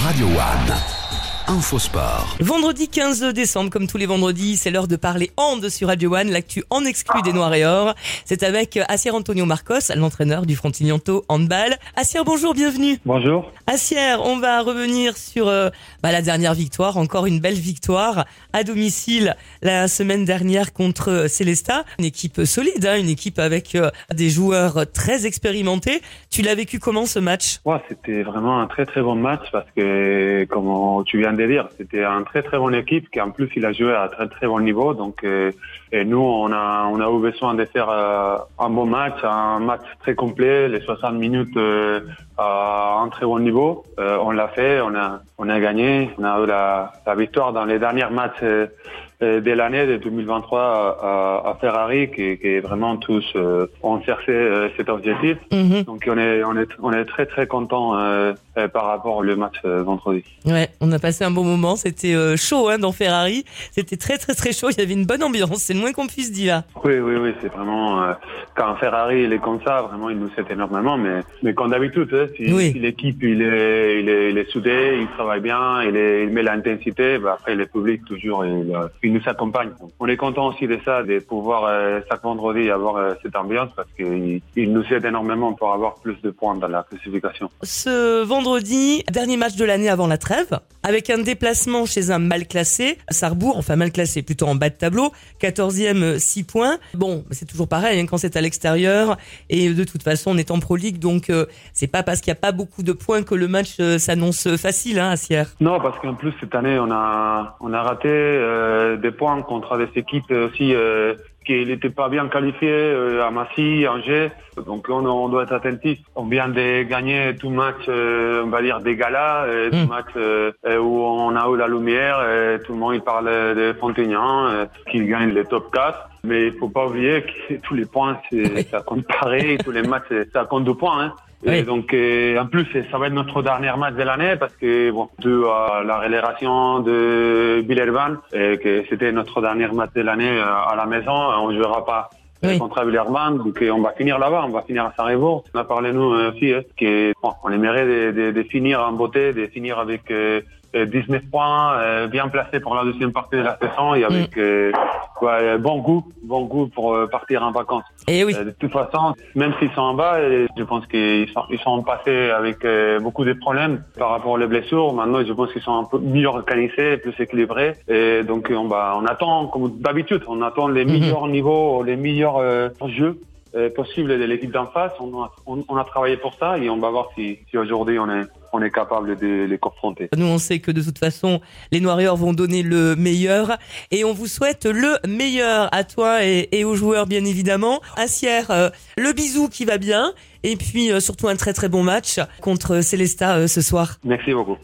Radio One. Infosport. Vendredi 15 décembre, comme tous les vendredis, c'est l'heure de parler hand sur Radio One, l'actu en exclu des Noirs et Or. C'est avec Assier Antonio Marcos, l'entraîneur du Frontinianto Handball. Assier, bonjour, bienvenue. Bonjour. Assier, on va revenir sur la dernière victoire, encore une belle victoire à domicile la semaine dernière contre Célestat. Une équipe solide, une équipe avec des joueurs très expérimentés. Tu l'as vécu comment ce match ? C'était vraiment un très très bon match parce que, comme tu viens de dire, c'était une très très bonne équipe qui en plus il a joué à un très très bon niveau. Donc et nous on a eu besoin de faire un bon match, un match très complet, les 60 minutes à un très bon niveau. On l'a fait, on a gagné, on a eu la victoire dans les derniers matchs de l'année de 2023 à Ferrari, qui vraiment tous ont cherché cet objectif. Mm-hmm. Donc on est très très content par rapport au match vendredi. Ouais, on a passé un bon moment, c'était chaud dans Ferrari, c'était très très très chaud, il y avait une bonne ambiance, c'est le moins qu'on puisse dire. Oui, c'est vraiment quand Ferrari il est comme ça, vraiment il nous aide énormément, mais comme d'habitude, si l'équipe il est soudé, il travaille bien, il met l'intensité, après le public toujours il nous accompagne. On est content aussi de ça, de pouvoir chaque vendredi avoir cette ambiance parce qu'il nous aide énormément pour avoir plus de points dans la classification. Ce vendredi, dernier match de l'année avant la trêve, avec un déplacement chez un mal classé, Sarrebourg, enfin mal classé, plutôt en bas de tableau, 14e, 6 points. Bon, c'est toujours pareil quand c'est à l'extérieur, et de toute façon on est en Pro League, donc c'est pas parce qu'il n'y a pas beaucoup de points que le match s'annonce facile, Assier. Non, parce qu'en plus cette année on a raté des points contre des équipes aussi qui n'étaient pas bien qualifiées à Massy, Angers. Donc on doit être attentif. On vient de gagner tout match, on va dire des galas, tout match où on a eu la lumière. Tout le monde il parle de Frontignan, qui gagne les top 4. Mais il faut pas oublier que tous les points ça compte pareil, tous les matchs ça compte 2 points. Et donc en plus ça va être notre dernier match de l'année parce que dû à la relégation de Villeurbanne, que c'était notre dernier match de l'année à la maison, on jouera pas contre Villeurbanne, donc on va finir là-bas, on va finir à Sarrebourg. On a parlé nous aussi on aimerait de finir en beauté, de finir avec 19 points, bien placés pour la deuxième partie de la saison et avec bon goût pour partir en vacances. Et oui. De toute façon, même s'ils sont en bas, je pense qu'ils sont passés avec beaucoup de problèmes par rapport aux blessures. Maintenant, je pense qu'ils sont un peu mieux organisés, plus équilibrés. Et donc, on attend, comme d'habitude, on attend les meilleurs niveaux, les meilleurs jeux possibles de l'équipe d'en face. On a travaillé pour ça et on va voir si aujourd'hui on est capable de les confronter. Nous, on sait que de toute façon, les Noirs et Or vont donner le meilleur et on vous souhaite le meilleur à toi et aux joueurs, bien évidemment. Assier, le bisou qui va bien et puis surtout un très très bon match contre Célestat ce soir. Merci beaucoup.